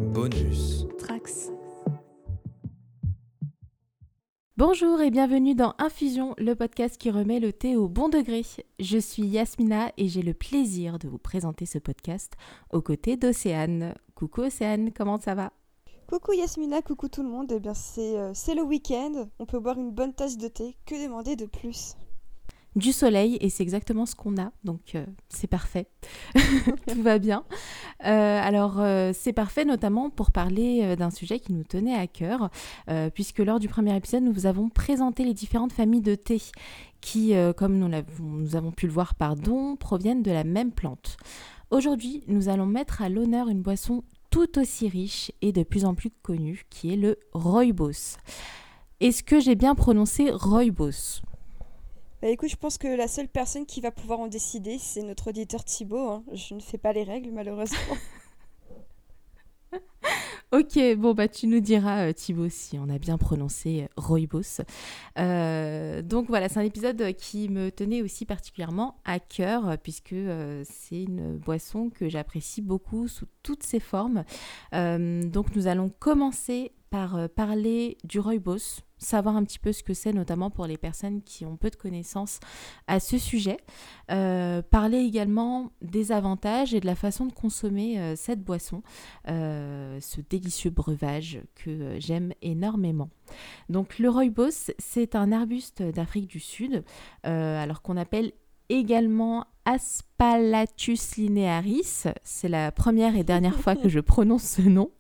Bonus. Trax. Bonjour et bienvenue dans Infusion, le podcast qui remet le thé au bon degré. Je suis Yasmina et j'ai le plaisir de vous présenter ce podcast aux côtés d'Océane. Coucou Océane, comment ça va ? Coucou Yasmina, coucou tout le monde. Eh bien c'est le week-end, on peut boire une bonne tasse de thé, que demander de plus ? Du soleil et c'est exactement ce qu'on a, donc c'est parfait, tout va bien. C'est parfait notamment pour parler d'un sujet qui nous tenait à cœur, puisque lors du premier épisode, nous vous avons présenté les différentes familles de thé qui, comme nous avons pu le voir, proviennent de la même plante. Aujourd'hui, nous allons mettre à l'honneur une boisson tout aussi riche et de plus en plus connue, qui est le rooibos. Est-ce que j'ai bien prononcé rooibos ? Bah écoute, je pense que la seule personne qui va pouvoir en décider, c'est notre auditeur Thibaut. Hein. Je ne fais pas les règles, malheureusement. Ok, bon bah tu nous diras Thibaut si on a bien prononcé rooibos. Donc voilà, c'est un épisode qui me tenait aussi particulièrement à cœur puisque c'est une boisson que j'apprécie beaucoup sous toutes ses formes. Donc nous allons commencer par parler du rooibos, savoir un petit peu ce que c'est, notamment pour les personnes qui ont peu de connaissances à ce sujet. Parler également des avantages et de la façon de consommer cette boisson, ce délicieux breuvage que j'aime énormément. Donc le rooibos, c'est un arbuste d'Afrique du Sud, alors qu'on appelle également Aspalathus linearis. C'est la première et dernière fois que je prononce ce nom.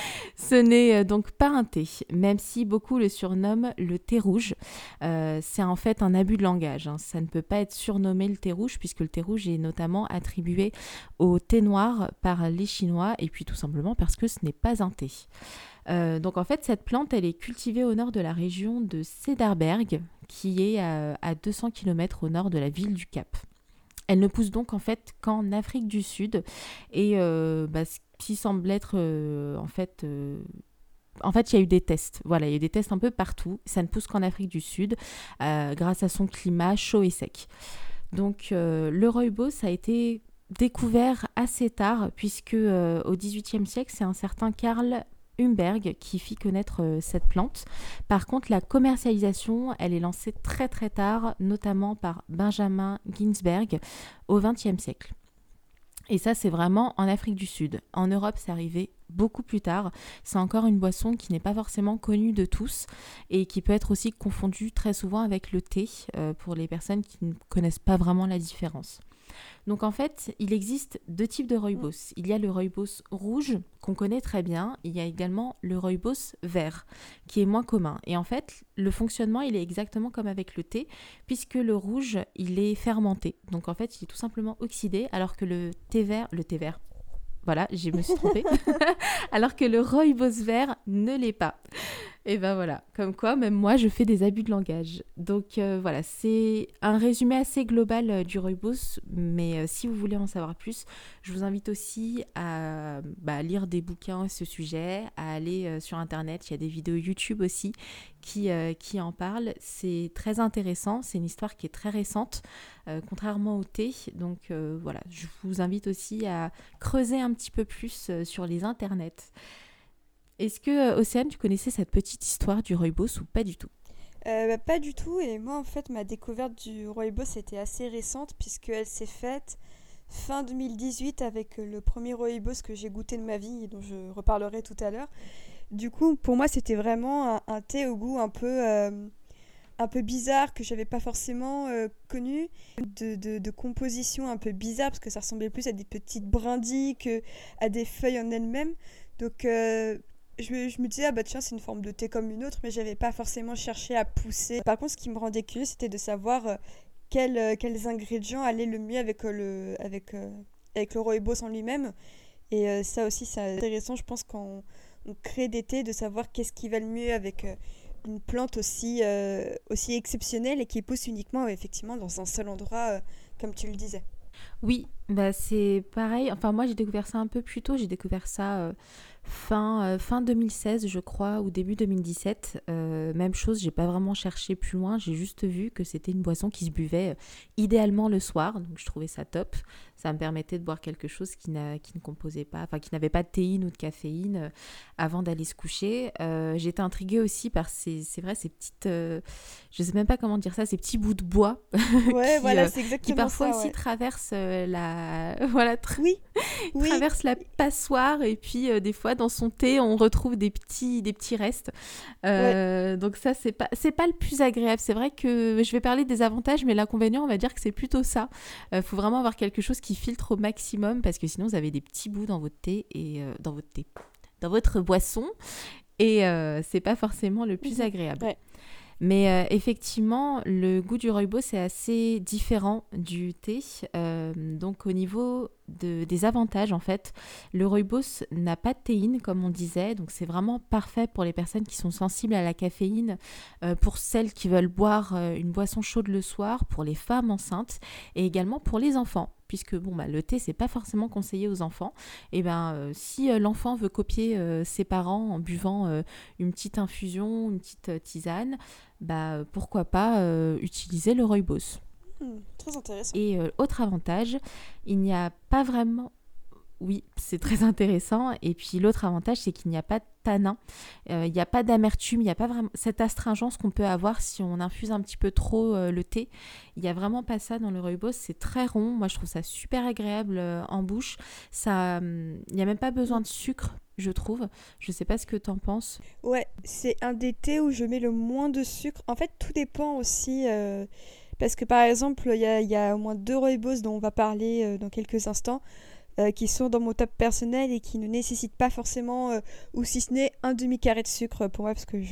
Ce n'est donc pas un thé, même si beaucoup le surnomment le thé rouge. C'est en fait un abus de langage. Hein. Ça ne peut pas être surnommé le thé rouge, puisque le thé rouge est notamment attribué au thé noir par les Chinois, et puis tout simplement parce que ce n'est pas un thé. Donc en fait, cette plante, elle est cultivée au nord de la région de Cederberg, qui est à 200 km au nord de la ville du Cap. Elle ne pousse donc en fait qu'en Afrique du Sud, et ce qui semble être en fait, il y a eu des tests. Voilà, il y a eu des tests un peu partout. Ça ne pousse qu'en Afrique du Sud, grâce à son climat chaud et sec. Donc, le rooibos a été découvert assez tard, puisque au XVIIIe siècle, c'est un certain Karl Humberg qui fit connaître cette plante. Par contre, la commercialisation, elle est lancée très très tard, notamment par Benjamin Ginsberg au XXe siècle. Et ça, c'est vraiment en Afrique du Sud. En Europe, c'est arrivé beaucoup plus tard. C'est encore une boisson qui n'est pas forcément connue de tous et qui peut être aussi confondue très souvent avec le thé pour les personnes qui ne connaissent pas vraiment la différence. Donc en fait, il existe deux types de rooibos. Il y a le rooibos rouge, qu'on connaît très bien. Il y a également le rooibos vert, qui est moins commun. Et en fait, le fonctionnement, il est exactement comme avec le thé, puisque le rouge, il est fermenté. Donc en fait, il est tout simplement oxydé, alors que le thé vert, voilà, je me suis trompée, alors que le rooibos vert ne l'est pas. Et ben voilà, comme quoi, même moi, je fais des abus de langage. Donc voilà, c'est un résumé assez global du rooibos, mais si vous voulez en savoir plus, je vous invite aussi à lire des bouquins à ce sujet, à aller sur Internet. Il y a des vidéos YouTube aussi qui en parlent. C'est très intéressant, c'est une histoire qui est très récente, contrairement au thé. Donc voilà, je vous invite aussi à creuser un petit peu plus sur les internets. Est-ce que, Océane, tu connaissais cette petite histoire du rooibos ou pas du tout ? Pas du tout, et moi en fait ma découverte du rooibos était assez récente puisqu'elle s'est faite fin 2018 avec le premier rooibos que j'ai goûté de ma vie et dont je reparlerai tout à l'heure. Du coup pour moi c'était vraiment un thé au goût un peu bizarre que j'avais pas forcément connu, de composition un peu bizarre parce que ça ressemblait plus à des petites brindilles qu'à des feuilles en elles-mêmes. Donc je me disais, tiens, c'est une forme de thé comme une autre, mais j'avais pas forcément cherché à pousser. Par contre, ce qui me rendait curieux, c'était de savoir quels ingrédients allaient le mieux avec le rooibos en lui-même. Et ça aussi, c'est intéressant, je pense, quand on crée des thés, de savoir qu'est-ce qui va le mieux avec une plante aussi exceptionnelle et qui pousse uniquement, effectivement, dans un seul endroit, comme tu le disais. Oui, Bah, c'est pareil. Enfin, moi, j'ai découvert ça un peu plus tôt. J'ai découvert ça fin 2016, je crois, ou début 2017. Même chose, j'ai pas vraiment cherché plus loin. J'ai juste vu que c'était une boisson qui se buvait idéalement le soir. Donc, je trouvais ça top. Ça me permettait de boire quelque chose qui ne composait pas, enfin, qui n'avait pas de théine ou de caféine avant d'aller se coucher. J'étais intriguée aussi par c'est vrai, ces petites, je sais même pas comment dire ça, ces petits bouts de bois Ouais, qui, voilà, c'est qui exactement parfois ça, aussi ouais. traversent voilà, Oui, oui, traverse la passoire et puis des fois dans son thé on retrouve des petits restes. ouais. Donc ça c'est pas le plus agréable. C'est vrai que je vais parler des avantages mais l'inconvénient on va dire que c'est plutôt ça. Faut vraiment avoir quelque chose qui filtre au maximum parce que sinon vous avez des petits bouts dans votre thé et dans votre boisson et c'est pas forcément le plus Mhm. agréable. Ouais. Mais effectivement, le goût du rooibos est assez différent du thé. Donc au niveau des avantages, en fait, le rooibos n'a pas de théine, comme on disait. Donc c'est vraiment parfait pour les personnes qui sont sensibles à la caféine, pour celles qui veulent boire une boisson chaude le soir, pour les femmes enceintes et également pour les enfants. Puisque bon, bah, le thé, c'est pas forcément conseillé aux enfants. Et ben, si l'enfant veut copier ses parents en buvant une petite infusion, une petite tisane, bah, pourquoi pas utiliser le rooibos. Très intéressant. Et autre avantage, il n'y a pas vraiment... Oui, c'est très intéressant. Et puis l'autre avantage, c'est qu'il n'y a pas de tanin, il n'y a pas d'amertume, il n'y a pas vraiment cette astringence qu'on peut avoir si on infuse un petit peu trop le thé. Il n'y a vraiment pas ça dans le rooibos, c'est très rond. Moi, je trouve ça super agréable en bouche. Ça, il n'y a même pas besoin Mm. de sucre, je trouve. Je ne sais pas ce que tu en penses. Ouais, c'est un des thés où je mets le moins de sucre. En fait, tout dépend aussi. Parce que par exemple, il y a au moins deux rooibos dont on va parler dans quelques instants, qui sont dans mon top personnel et qui ne nécessitent pas forcément, ou si ce n'est un demi-carré de sucre pour moi, parce que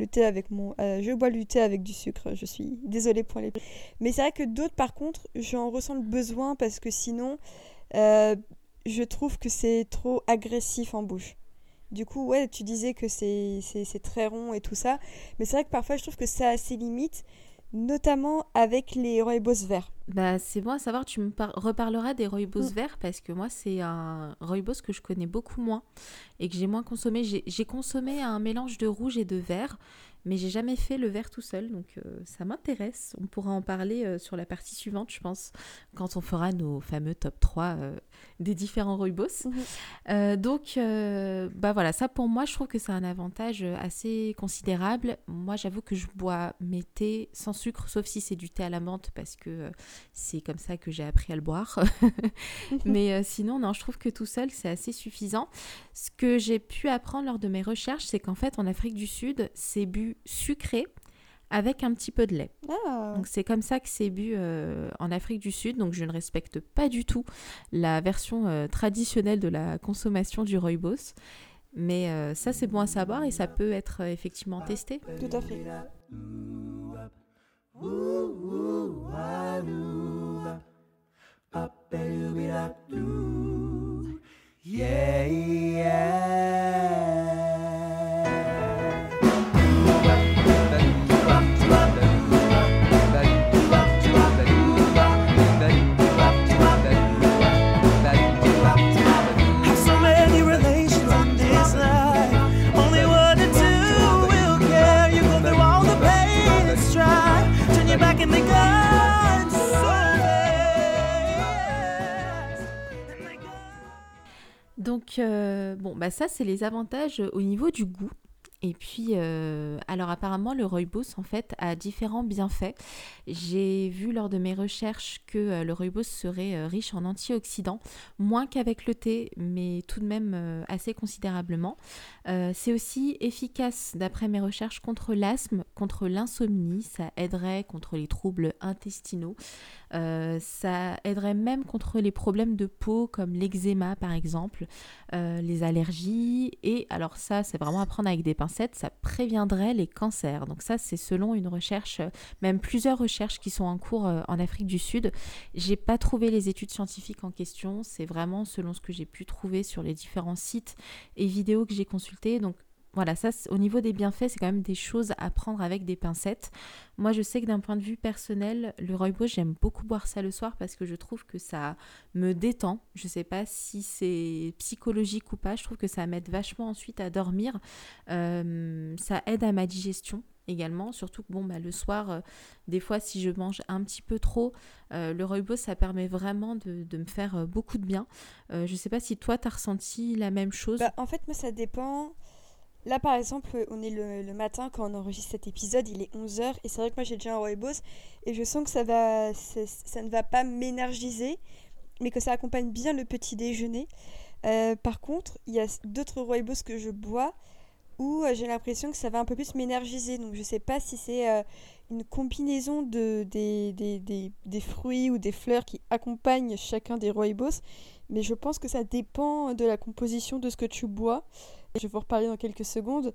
je bois le thé avec du sucre. Je suis désolée pour les. Mais c'est vrai que d'autres, par contre, j'en ressens le besoin parce que sinon, euh, je trouve que c'est trop agressif en bouche. Du coup, ouais, tu disais que c'est très rond et tout ça, mais c'est vrai que parfois je trouve que ça a ses limites, notamment avec les rooibos verts. Bah, c'est bon à savoir, tu me reparleras des rooibos verts parce que moi, c'est un rooibos que je connais beaucoup moins et que j'ai moins consommé. J'ai consommé un mélange de rouge et de vert, mais j'ai jamais fait le vert tout seul, donc ça m'intéresse. On pourra en parler sur la partie suivante, je pense, quand on fera nos fameux top 3 des différents rooibos. Mhm. Bah voilà, ça pour moi, je trouve que c'est un avantage assez considérable. Moi, j'avoue que je bois mes thés sans sucre, sauf si c'est du thé à la menthe parce que c'est comme ça que j'ai appris à le boire. Mais sinon, non, je trouve que tout seul, c'est assez suffisant. Ce que j'ai pu apprendre lors de mes recherches, c'est qu'en fait, en Afrique du Sud, c'est bu sucré avec un petit peu de lait. Ah, Donc c'est comme ça que c'est bu en Afrique du Sud. Donc je ne respecte pas du tout la version traditionnelle de la consommation du rooibos. Mais ça, c'est bon à savoir et ça peut être effectivement testé. tout à fait. Have so many relations in this life. Only one or two will care. You go through all the pain and strife. Turn your back and they gun so fast. And they gun. Donc bon, bah ça, c'est les avantages au niveau du goût. Et puis, alors apparemment, le rooibos, en fait, a différents bienfaits. J'ai vu lors de mes recherches que le rooibos serait riche en antioxydants, moins qu'avec le thé, mais tout de même assez considérablement. C'est aussi efficace, d'après mes recherches, contre l'asthme, contre l'insomnie. Ça aiderait contre les troubles intestinaux. Ça aiderait même contre les problèmes de peau, comme l'eczéma, par exemple, les allergies. Et alors ça, c'est vraiment à prendre avec des pincettes. Ça préviendrait les cancers. Donc ça, c'est selon une recherche, même plusieurs recherches qui sont en cours en Afrique du Sud. J'ai pas trouvé les études scientifiques en question. C'est vraiment selon ce que j'ai pu trouver sur les différents sites et vidéos que j'ai consultés. Donc voilà, ça, au niveau des bienfaits, c'est quand même des choses à prendre avec des pincettes. Moi, je sais que d'un point de vue personnel, le rooibos, j'aime beaucoup boire ça le soir parce que je trouve que ça me détend. Je sais pas si c'est psychologique ou pas, je trouve que ça m'aide vachement ensuite à dormir. Ça aide à ma digestion également, surtout que le soir, des fois, si je mange un petit peu trop, le rooibos, ça permet vraiment de me faire beaucoup de bien. Je sais pas si toi, tu as ressenti la même chose. En fait, moi, ça dépend. Là, par exemple, on est le matin quand on enregistre cet épisode, il est 11h, et c'est vrai que moi, j'ai déjà un rooibos, et je sens que ça ne va pas m'énergiser, mais que ça accompagne bien le petit déjeuner. Par contre, il y a d'autres rooibos que je bois, où j'ai l'impression que ça va un peu plus m'énergiser. Donc je sais pas si c'est une combinaison des fruits ou des fleurs qui accompagnent chacun des rooibos, mais je pense que ça dépend de la composition de ce que tu bois. Je vais vous reparler dans quelques secondes.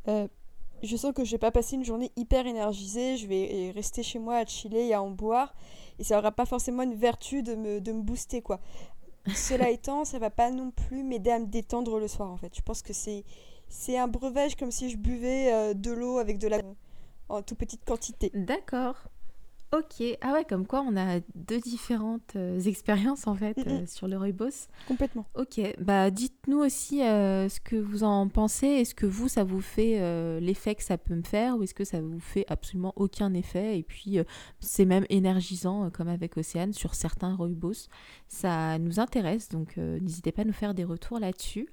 Je sens que je vais pas passer une journée hyper énergisée, je vais rester chez moi à chiller et à en boire, et ça aura pas forcément une vertu de me booster, quoi. Cela étant, ça va pas non plus m'aider à me détendre le soir, en fait. Je pense que c'est un breuvage comme si je buvais de l'eau avec de la en toute petite quantité. D'accord. Ok. Ah ouais, comme quoi on a deux différentes expériences en fait sur le rooibos. Complètement. Ok. Dites-nous aussi ce que vous en pensez. Est-ce que vous, ça vous fait l'effet que ça peut me faire, ou est-ce que ça vous fait absolument aucun effet? Et puis c'est même énergisant comme avec Océane sur certains rooibos. Ça nous intéresse, donc n'hésitez pas à nous faire des retours là-dessus.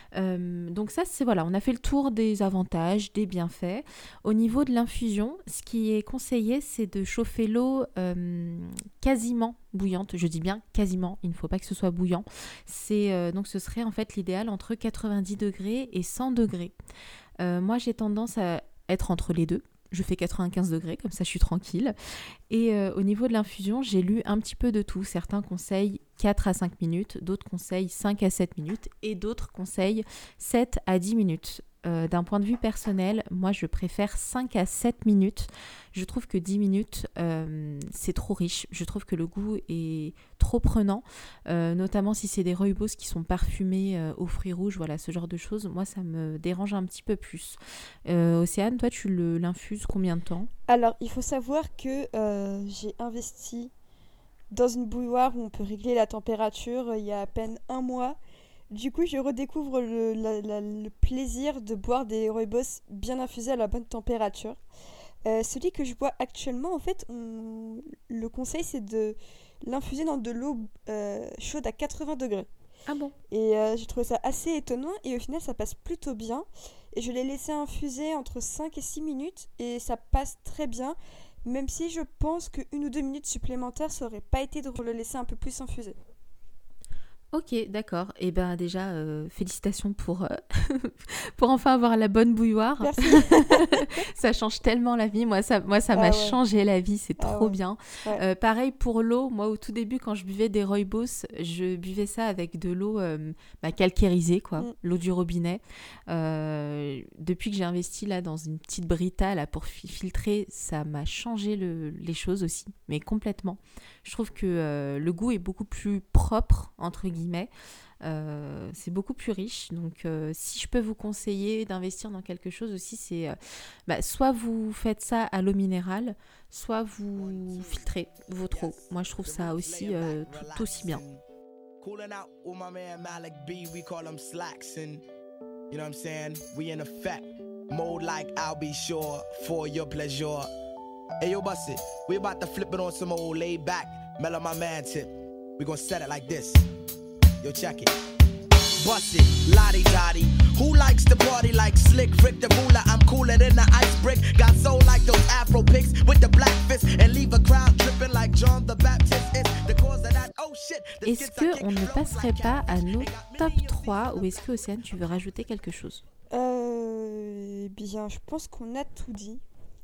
Donc ça, on a fait le tour des avantages, des bienfaits. Au niveau de l'infusion, ce qui est conseillé, c'est de chauffer l'eau quasiment bouillante. Je dis bien quasiment, il ne faut pas que ce soit bouillant. Donc ce serait en fait l'idéal entre 90 degrés et 100 degrés. Moi, j'ai tendance à être entre les deux. Je fais 95 degrés, comme ça je suis tranquille. Et au niveau de l'infusion, j'ai lu un petit peu de tout. Certains conseillent 4 à 5 minutes, d'autres conseillent 5 à 7 minutes et d'autres conseillent 7 à 10 minutes. D'un point de vue personnel, moi je préfère 5 à 7 minutes. Je trouve que 10 minutes, c'est trop riche. Je trouve que le goût est trop prenant, notamment si c'est des rooibos qui sont parfumés aux fruits rouges, voilà, ce genre de choses. Moi, ça me dérange un petit peu plus. Océane, toi, tu l'infuses combien de temps? Alors, il faut savoir que j'ai investi dans une bouilloire où on peut régler la température il y a à peine un mois. Du coup, je redécouvre le plaisir de boire des rooibos bien infusés à la bonne température. Celui que je bois actuellement, en fait, le conseil, c'est de l'infuser dans de l'eau chaude à 80 degrés. Ah bon? Et j'ai trouvé ça assez étonnant, et au final, ça passe plutôt bien. Et je l'ai laissé infuser entre 5 et 6 minutes, et ça passe très bien, même si je pense que 1 ou 2 minutes supplémentaires, ça aurait pas été de le laisser un peu plus infuser. Ok, d'accord. Et déjà, félicitations pour enfin avoir la bonne bouilloire. Merci. Ça change tellement la vie. Moi, ça m'a ouais. changé la vie. C'est trop ouais. bien. Ouais. Pareil pour l'eau. Moi, au tout début, quand je buvais des rooibos, je buvais ça avec de l'eau calcairisée, quoi, l'eau du robinet. Depuis que j'ai investi là dans une petite Brita là pour filtrer, ça m'a changé les choses aussi, mais complètement. Je trouve que le goût est beaucoup plus propre, entre guillemets. C'est beaucoup plus riche. Donc, si je peux vous conseiller d'investir dans quelque chose aussi, c'est soit vous faites ça à l'eau minérale, soit vous filtrez votre eau. Moi, je trouve ça aussi tout aussi bien. Cooling out with my man Malik B, we call him slacks, and you know what I'm saying? We in effect, mode like I'll be sure for your pleasure. Hey yo, bust it, we about to flip it on some old laid back, mellow my man tip. We gon' set it like this. Yo, check it. Bust it, lottie dottie. Who likes to party like Slick Rick the Ruler? I'm cooler than the ice brick. Got soul like those Afro pics with the black fist and leave a crowd tripping like John the Baptist. It's the cause of that. Oh shit. Est-ce qu'on ne passerait pas à nos top 3, ou est-ce que Océane, tu veux rajouter quelque chose? Bien, je pense qu'on a tout dit.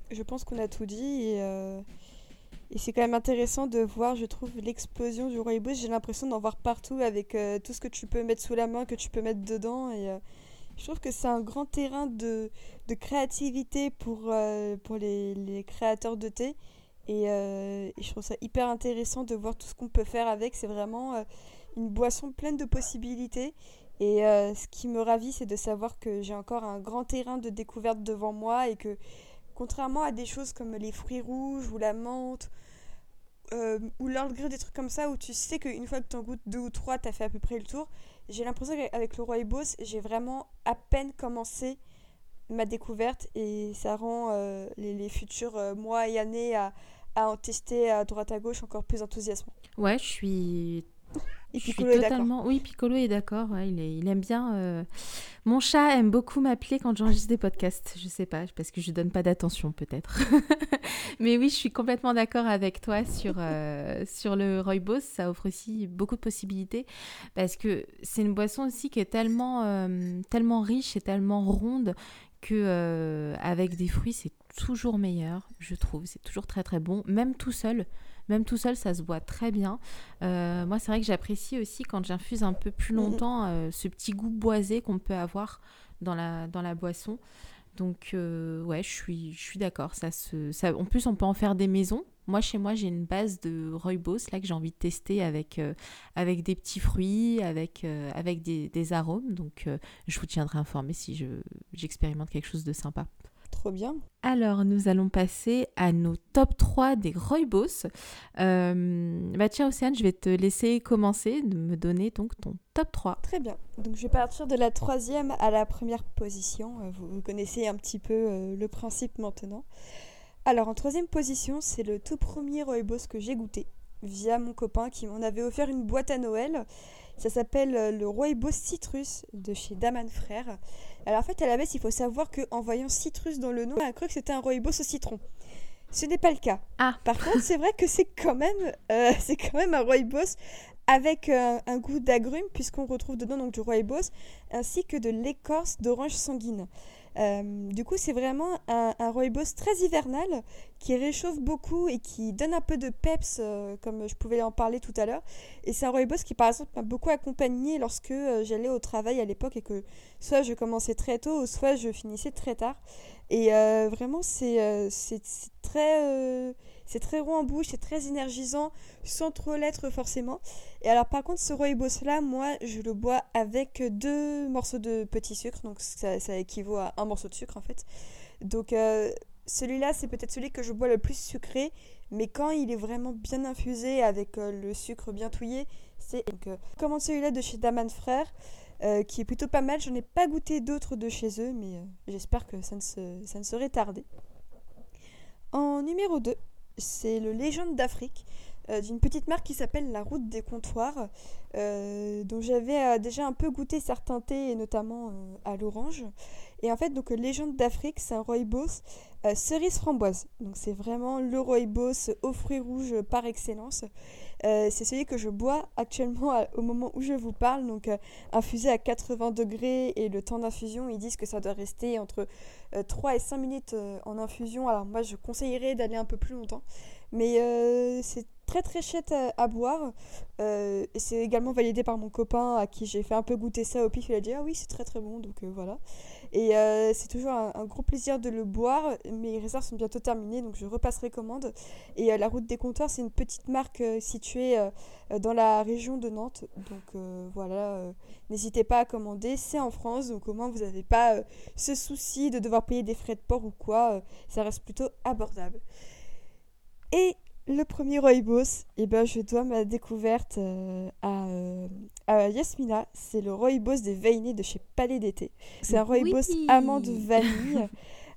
Et c'est quand même intéressant de voir, je trouve, l'explosion du rooibos. J'ai l'impression d'en voir partout avec tout ce que tu peux mettre sous la main, que tu peux mettre dedans. Et je trouve que c'est un grand terrain de créativité pour les créateurs de thé. Et je trouve ça hyper intéressant de voir tout ce qu'on peut faire avec. C'est vraiment une boisson pleine de possibilités. Et ce qui me ravit, c'est de savoir que j'ai encore un grand terrain de découverte devant moi et que, contrairement à des choses comme les fruits rouges ou la menthe ou l'Earl Grey, des trucs comme ça où tu sais qu'une fois que tu en goûtes 2 ou 3, tu as fait à peu près le tour, j'ai l'impression qu'avec le Rooibos, j'ai vraiment à peine commencé ma découverte et ça rend les futurs mois et années à en tester à droite à gauche encore plus enthousiasmant. Ouais, je suis Et Je suis Piccolo est d'accord. totalement... Oui, Piccolo est d'accord. Ouais, il aime bien... Mon chat aime beaucoup m'appeler quand j'enregistre des podcasts. Je sais pas, parce que je lui donne pas d'attention peut-être. Mais oui, je suis complètement d'accord avec toi sur le Rooibos. Ça offre aussi beaucoup de possibilités parce que c'est une boisson aussi qui est tellement riche et tellement ronde que avec des fruits, c'est toujours meilleur, je trouve. C'est toujours très très bon, même tout seul. Même tout seul, ça se boit très bien. Moi, c'est vrai que j'apprécie aussi quand j'infuse un peu plus longtemps ce petit goût boisé qu'on peut avoir dans la boisson. Donc, ouais, je suis d'accord. En plus, on peut en faire des maisons. Moi, chez moi, j'ai une base de Rooibos là, que j'ai envie de tester avec des petits fruits, avec des arômes. Donc, je vous tiendrai informé si j'expérimente quelque chose de sympa. Trop bien. Alors, nous allons passer à nos top 3 des Rooibos. Tiens, Océane, je vais te laisser commencer, de me donner donc ton top 3. Très bien. Donc, je vais partir de la 3e à la première position. Vous connaissez un petit peu le principe maintenant. Alors, en 3e position, c'est le tout premier Rooibos que j'ai goûté via mon copain qui m'en avait offert une boîte à Noël. Ça s'appelle le Rooibos Citrus de chez Daman Frères. Alors en fait, à la base, il faut savoir qu'en voyant Citrus dans le nom, on a cru que c'était un Rooibos au citron. Ce n'est pas le cas. Ah. Par contre, c'est vrai que c'est quand même un Rooibos avec un goût d'agrumes, puisqu'on retrouve dedans donc du Rooibos, ainsi que de l'écorce d'orange sanguine. Du coup, c'est vraiment un Rooibos très hivernal qui réchauffe beaucoup et qui donne un peu de peps, comme je pouvais en parler tout à l'heure. Et c'est un Rooibos qui, par exemple, m'a beaucoup accompagnée lorsque j'allais au travail à l'époque et que soit je commençais très tôt ou soit je finissais très tard. Et vraiment, c'est très rond en bouche, c'est très énergisant, sans trop l'être forcément. Et alors par contre, ce Rooibos-là, moi, je le bois avec 2 morceaux de petit sucre, donc ça équivaut à 1 morceau de sucre en fait. Donc celui-là, c'est peut-être celui que je bois le plus sucré, mais quand il est vraiment bien infusé avec le sucre bien touillé, c'est... Donc, commande celui-là de chez Daman Frères, qui est plutôt pas mal. J'en ai pas goûté d'autres de chez eux, mais j'espère que ça ne serait tardé. En numéro 2, c'est le Légende d'Afrique, d'une petite marque qui s'appelle La Route des Comptoirs, dont j'avais déjà un peu goûté certains thés, et notamment à l'orange. Et en fait, donc Légende d'Afrique, c'est un Rooibos cerise framboise. Donc c'est vraiment le Rooibos aux fruits rouges par excellence. C'est celui que je bois actuellement au moment où je vous parle, donc infusé à 80 degrés, et le temps d'infusion, ils disent que ça doit rester entre 3 et 5 minutes en infusion. Alors moi, je conseillerais d'aller un peu plus longtemps, mais c'est très très chouette à boire, et c'est également validé par mon copain à qui j'ai fait un peu goûter ça au pif. Il a dit ah oui, c'est très très bon, donc voilà. Et c'est toujours un gros plaisir de le boire. Mes réserves sont bientôt terminées, donc je repasserai commande. Et La Route des Comptoirs, c'est une petite marque située dans la région de Nantes, donc voilà, n'hésitez pas à commander, c'est en France, donc au moins vous n'avez pas ce souci de devoir payer des frais de port ou quoi, ça reste plutôt abordable. Et le premier Rooibos, je dois ma découverte à Yasmina. C'est le Rooibos des Veinés de chez Palais d'été. C'est un Rooibos amande vanille.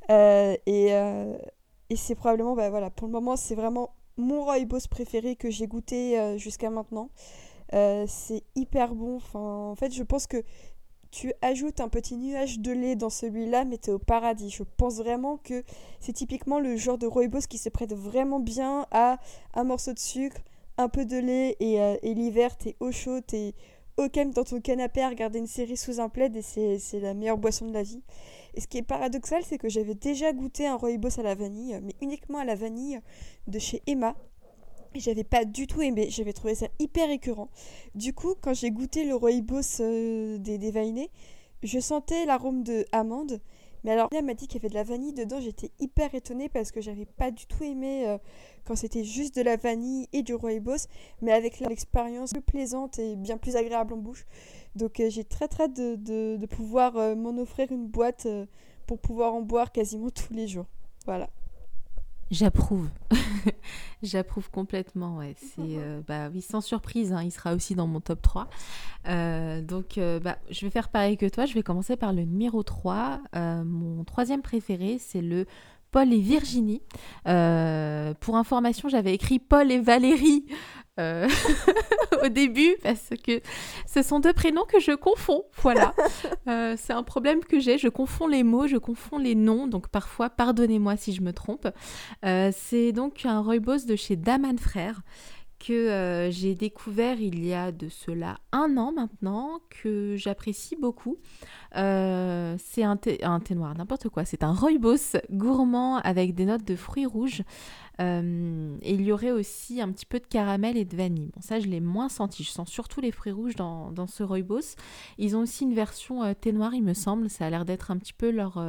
Et c'est probablement, pour le moment, c'est vraiment mon Rooibos préféré que j'ai goûté jusqu'à maintenant. C'est hyper bon. En fait, je pense que tu ajoutes un petit nuage de lait dans celui-là, mais t'es au paradis. Je pense vraiment que c'est typiquement le genre de Rooibos qui se prête vraiment bien à un morceau de sucre, un peu de lait, et l'hiver, t'es au chaud, t'es au calme dans ton canapé à regarder une série sous un plaid, et c'est la meilleure boisson de la vie. Et ce qui est paradoxal, c'est que j'avais déjà goûté un Rooibos à la vanille, mais uniquement à la vanille de chez Emma. J'avais pas du tout aimé, j'avais trouvé ça hyper écœurant. Du coup, quand j'ai goûté le Rooibos des Veinés, je sentais l'arôme de amande, Mais alors, elle m'a dit qu'il y avait de la vanille dedans. J'étais hyper étonnée parce que j'avais pas du tout aimé quand c'était juste de la vanille et du rooibos. Mais avec l'expérience plus plaisante et bien plus agréable en bouche. Donc, j'ai très hâte de pouvoir m'en offrir une boîte pour pouvoir en boire quasiment tous les jours. Voilà. J'approuve. J'approuve complètement, ouais. C'est, bah oui, sans surprise, hein, il sera aussi dans mon top 3. Donc, je vais faire pareil que toi. Je vais commencer par le numéro 3. Mon troisième préféré, c'est le Paul et Virginie. Pour information, j'avais écrit Paul et Valérie au début parce que ce sont deux prénoms que je confonds. Voilà. C'est un problème que j'ai. Je confonds les mots, je confonds les noms. Donc parfois, pardonnez-moi si je me trompe. C'est donc un rooibos de chez Daman Frères que j'ai découvert il y a de cela 1 an maintenant, que j'apprécie beaucoup. C'est un thé noir, n'importe quoi. C'est un rooibos gourmand avec des notes de fruits rouges. Et il y aurait aussi un petit peu de caramel et de vanille. Bon, ça, je l'ai moins senti. Je sens surtout les fruits rouges dans ce rooibos. Ils ont aussi une version thé noir, il me semble. Ça a l'air d'être un petit peu leur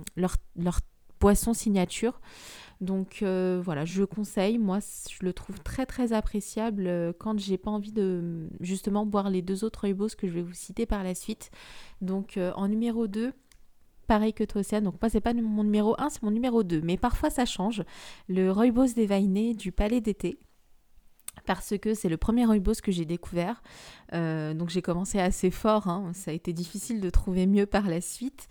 boisson signature. Donc voilà, je conseille. Moi, je le trouve très très appréciable quand j'ai pas envie de justement boire les 2 autres rooibos que je vais vous citer par la suite. Donc en numéro 2, pareil que toi, Océane. Donc moi, c'est pas mon numéro 1, c'est mon numéro 2. Mais parfois, ça change. Le rooibos déveiné du Palais d'été. Parce que c'est le premier rooibos que j'ai découvert. Donc j'ai commencé assez fort. Hein. Ça a été difficile de trouver mieux par la suite.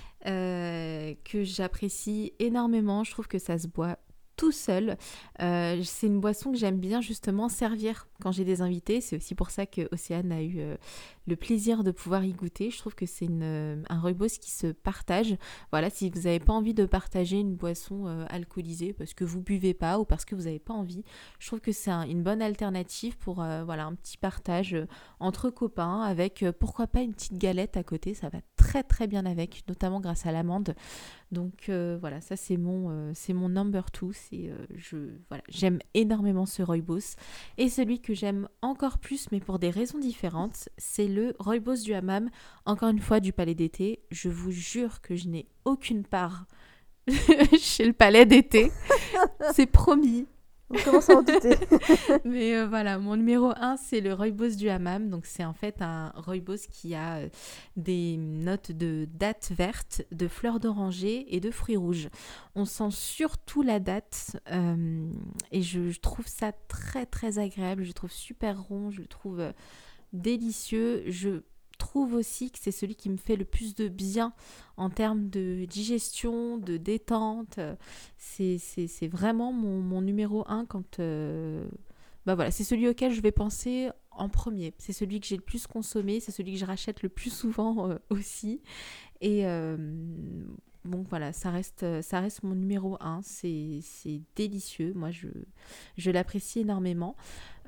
Que j'apprécie énormément. Je trouve que ça se boit tout seul. C'est une boisson que j'aime bien justement servir quand j'ai des invités. C'est aussi pour ça que Océane a eu le plaisir de pouvoir y goûter. Je trouve que c'est un rooibos qui se partage. Voilà, si vous n'avez pas envie de partager une boisson alcoolisée parce que vous buvez pas ou parce que vous n'avez pas envie, je trouve que c'est une bonne alternative pour voilà, un petit partage entre copains avec pourquoi pas une petite galette à côté. Ça va très très bien avec, notamment grâce à l'amande. Donc voilà, ça c'est mon number 2. Voilà, j'aime énormément ce rooibos. Et celui que j'aime encore plus, mais pour des raisons différentes, c'est le rooibos du hammam, encore une fois du Palais d'été. Je vous jure que je n'ai aucune part chez le Palais d'été. C'est promis. On commence à en douter. Mais voilà, mon numéro 1, c'est le rooibos du hammam. Donc c'est en fait un rooibos qui a des notes de date verte, de fleurs d'oranger et de fruits rouges. On sent surtout la date et je trouve ça très très agréable. Je le trouve super rond, je le trouve délicieux. Je trouve aussi que c'est celui qui me fait le plus de bien en termes de digestion, de détente. C'est vraiment mon numéro 1 quand... voilà, c'est celui auquel je vais penser en premier. C'est celui que j'ai le plus consommé, c'est celui que je rachète le plus souvent aussi. Et bon, voilà, ça reste mon numéro 1. C'est délicieux. Moi, je l'apprécie énormément.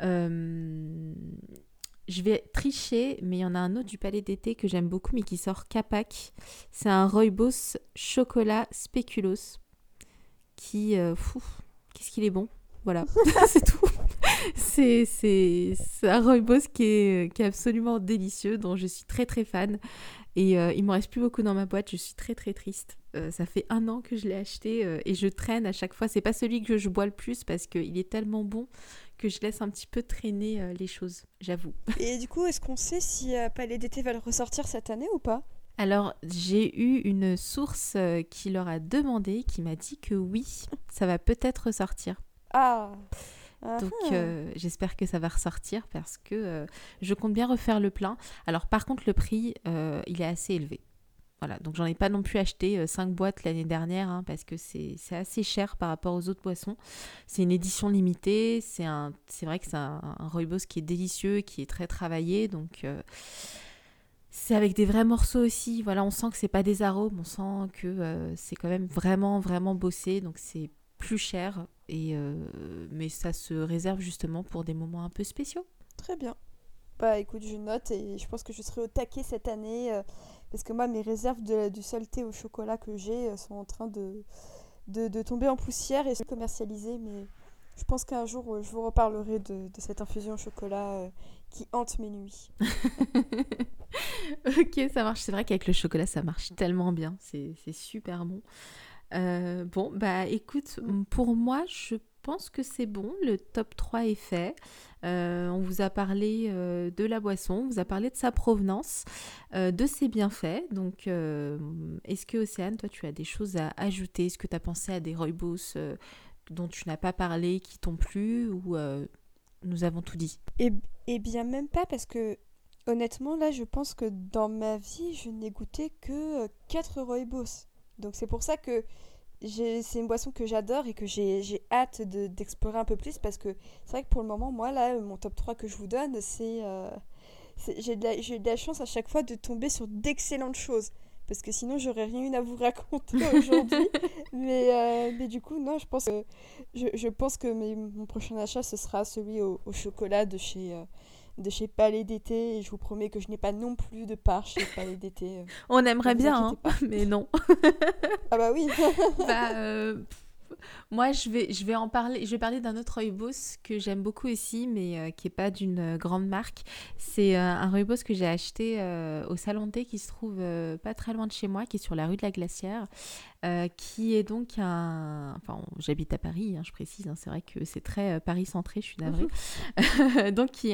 Je vais tricher, mais il y en a un autre du Palais d'été que j'aime beaucoup, mais qui sort Capac. C'est un rooibos chocolat spéculoos qui... qu'est-ce qu'il est bon. Voilà, c'est tout. C'est un rooibos qui est absolument délicieux, dont je suis très très fan. Et il me reste plus beaucoup dans ma boîte, je suis très très triste. Ça fait 1 an que je l'ai acheté et je traîne à chaque fois. C'est pas celui que je bois le plus parce qu'il est tellement bon que je laisse un petit peu traîner les choses, j'avoue. Et du coup, est-ce qu'on sait si Palais d'été va le ressortir cette année ou pas ? Alors, j'ai eu une source qui leur a demandé, qui m'a dit que oui, ça va peut-être ressortir. Ah. Donc j'espère que ça va ressortir parce que je compte bien refaire le plein. Alors par contre le prix il est assez élevé. Voilà, donc j'en ai pas non plus acheté 5 boîtes l'année dernière hein, parce que c'est assez cher par rapport aux autres boissons. C'est une édition limitée, c'est vrai que c'est un rooibos qui est délicieux, qui est très travaillé, donc c'est avec des vrais morceaux aussi. Voilà, on sent que c'est pas des arômes, on sent que c'est quand même vraiment vraiment bossé, donc c'est plus cher mais ça se réserve justement pour des moments un peu spéciaux. Très bien. Bah écoute, je note et je pense que je serai au taquet cette année parce que moi mes réserves du seul thé au chocolat que j'ai sont en train de tomber en poussière et se commercialiser, mais Je pense qu'un jour, je vous reparlerai de cette infusion au chocolat qui hante mes nuits. Ok, ça marche. C'est vrai qu'avec le chocolat, ça marche tellement bien. C'est super bon. Bon, bah écoute, pour moi, je pense que c'est bon. Le top 3 est fait. On vous a parlé de la boisson, on vous a parlé de sa provenance, de ses bienfaits. Donc, est-ce que Océane, toi, tu as des choses à ajouter? Est-ce que tu as pensé à des rooibos dont tu n'as pas parlé, qui t'ont plu, ou nous avons tout dit? Et bien même pas parce que honnêtement là je pense que dans ma vie je n'ai goûté que 4 rooibos. Donc c'est pour ça que c'est une boisson que j'adore et que j'ai hâte d'explorer un peu plus parce que c'est vrai que pour le moment moi là mon top 3 que je vous donne j'ai de la chance à chaque fois de tomber sur d'excellentes choses. Parce que sinon, j'aurais rien eu à vous raconter aujourd'hui. Mais du coup, non, je pense que mon prochain achat, ce sera celui au chocolat de chez Palais d'été. Et je vous promets que je n'ai pas non plus de part chez Palais d'été. On aimerait Ne vous bien, inquiétez pas. mais non. Ah bah oui. Bah, moi, je vais en parler. Je vais parler d'un autre rooibos que j'aime beaucoup aussi, mais qui est pas d'une grande marque. C'est un rooibos que j'ai acheté au Salon de thé qui se trouve pas très loin de chez moi, qui est sur la rue de la Glacière, qui est donc Enfin, j'habite à Paris, hein, je précise. Hein, c'est vrai que c'est très Paris-centré, je suis navrée. Donc, qui est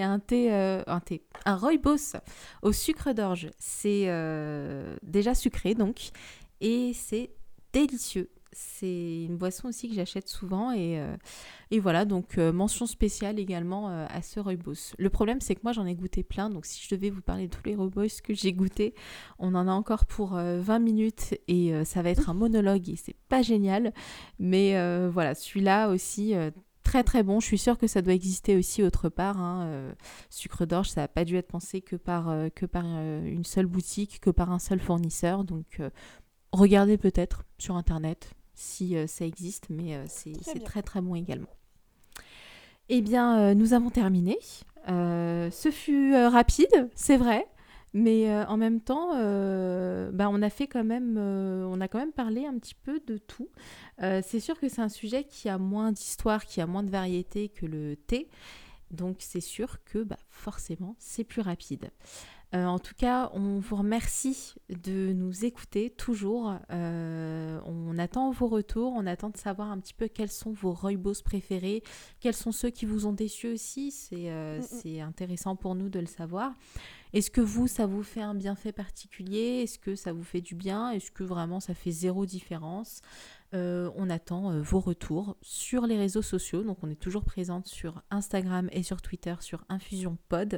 un rooibos au sucre d'orge. C'est déjà sucré, donc, et c'est délicieux. C'est une boisson aussi que j'achète souvent et voilà, donc mention spéciale également à ce rooibos. Le problème, c'est que moi, j'en ai goûté plein, donc si je devais vous parler de tous les rooibos que j'ai goûtés, on en a encore pour 20 minutes et ça va être un monologue et c'est pas génial, mais voilà, celui-là aussi... très très bon, je suis sûre que ça doit exister aussi autre part. Hein. Sucre d'orge, ça n'a pas dû être pensé que par une seule boutique, que par un seul fournisseur, donc regardez peut-être sur internet si ça existe, mais c'est très très bon également. Eh bien, nous avons terminé. Ce fut rapide, c'est vrai, mais en même temps, on a quand même parlé un petit peu de tout. C'est sûr que c'est un sujet qui a moins d'histoire, qui a moins de variété que le thé, donc c'est sûr que forcément, c'est plus rapide. En tout cas, on vous remercie de nous écouter toujours. On attend vos retours, on attend de savoir un petit peu quels sont vos rooibos préférés, quels sont ceux qui vous ont déçus aussi. C'est intéressant pour nous de le savoir. Est-ce que ça vous fait un bienfait particulier? Est-ce que ça vous fait du bien? Est-ce que vraiment ça fait zéro différence? On attend vos retours sur les réseaux sociaux. Donc, on est toujours présente sur Instagram et sur Twitter sur Infusion Pod.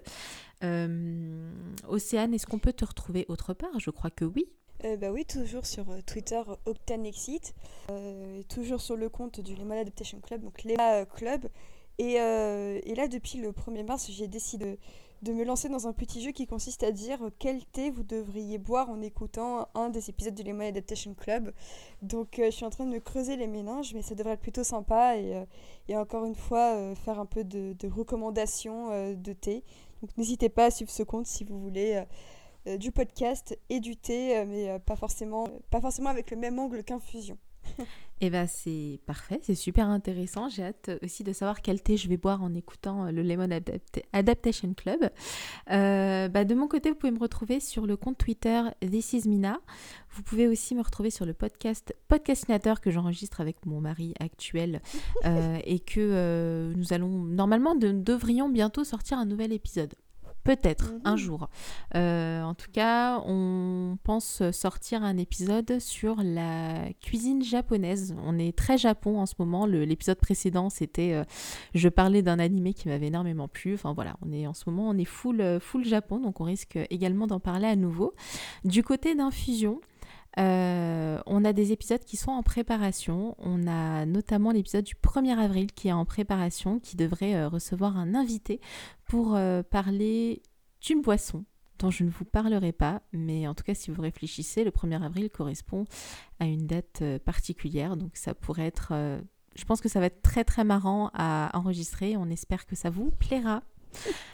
Océane, est-ce qu'on peut te retrouver autre part? Je crois que oui. Oui, toujours sur Twitter Octanexit, toujours sur le compte du Lemon Adaptation Club, donc Lema Club. Et là, depuis le 1er mars, j'ai décidé de me lancer dans un petit jeu qui consiste à dire quel thé vous devriez boire en écoutant un des épisodes du Lemon Adaptation Club. Donc je suis en train de me creuser les méninges, mais ça devrait être plutôt sympa et encore une fois faire un peu de recommandations de thé. Donc n'hésitez pas à suivre ce compte si vous voulez du podcast et du thé, mais pas forcément avec le même angle qu'Infusion. Eh bien, c'est parfait, c'est super intéressant. J'ai hâte aussi de savoir quel thé je vais boire en écoutant le Lemon Adaptation Club. De mon côté, vous pouvez me retrouver sur le compte Twitter This is Mina. Vous pouvez aussi me retrouver sur le Podcastinateur que j'enregistre avec mon mari actuel et que nous devrions bientôt sortir un nouvel épisode. Peut-être, un jour. En tout cas, on pense sortir un épisode sur la cuisine japonaise. On est très Japon en ce moment. L'épisode précédent, c'était... je parlais d'un animé qui m'avait énormément plu. Enfin voilà, en ce moment, on est full Japon. Donc, on risque également d'en parler à nouveau. Du côté d'Infusion, on a des épisodes qui sont en préparation. On a notamment l'épisode du 1er avril qui est en préparation, qui devrait recevoir un invité pour parler d'une boisson dont je ne vous parlerai pas, mais en tout cas si vous réfléchissez, le 1er avril correspond à une date particulière, donc ça pourrait être... je pense que ça va être très très marrant à enregistrer, on espère que ça vous plaira.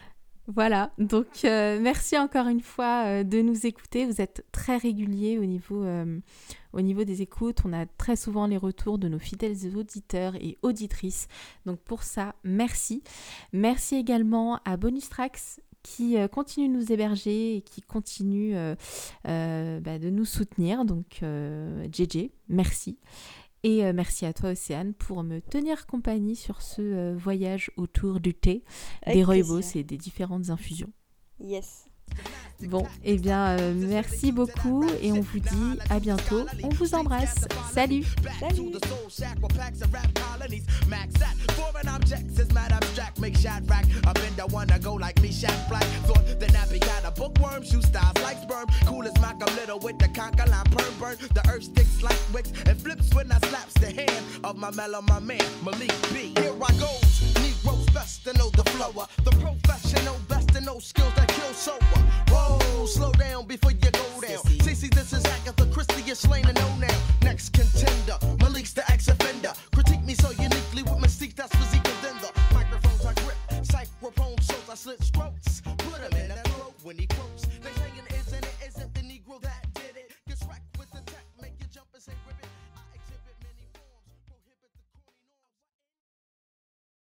Voilà, donc merci encore une fois de nous écouter. Vous êtes très réguliers au niveau des écoutes. On a très souvent les retours de nos fidèles auditeurs et auditrices. Donc pour ça, merci. Merci également à Bonus Tracks qui continue de nous héberger et qui continue de nous soutenir. Donc JJ, merci. Et merci à toi Océane pour me tenir compagnie sur ce voyage autour du thé, des rooibos et des différentes infusions. Yes. Bon, eh bien, merci beaucoup et on vous dit à bientôt. On vous embrasse. Salut. Salut. Best to know the flower, the professional, best to know skills that kill so. Whoa, slow down before you go down. Cece, this is Agatha Christie, you're slain and know now. Next contender, Malik's the ex-offender. Critique me so uniquely with mystique, that's physique and then the microphones I grip. Psychrophone shows I slit throats. Put him in that throat when he quotes. They saying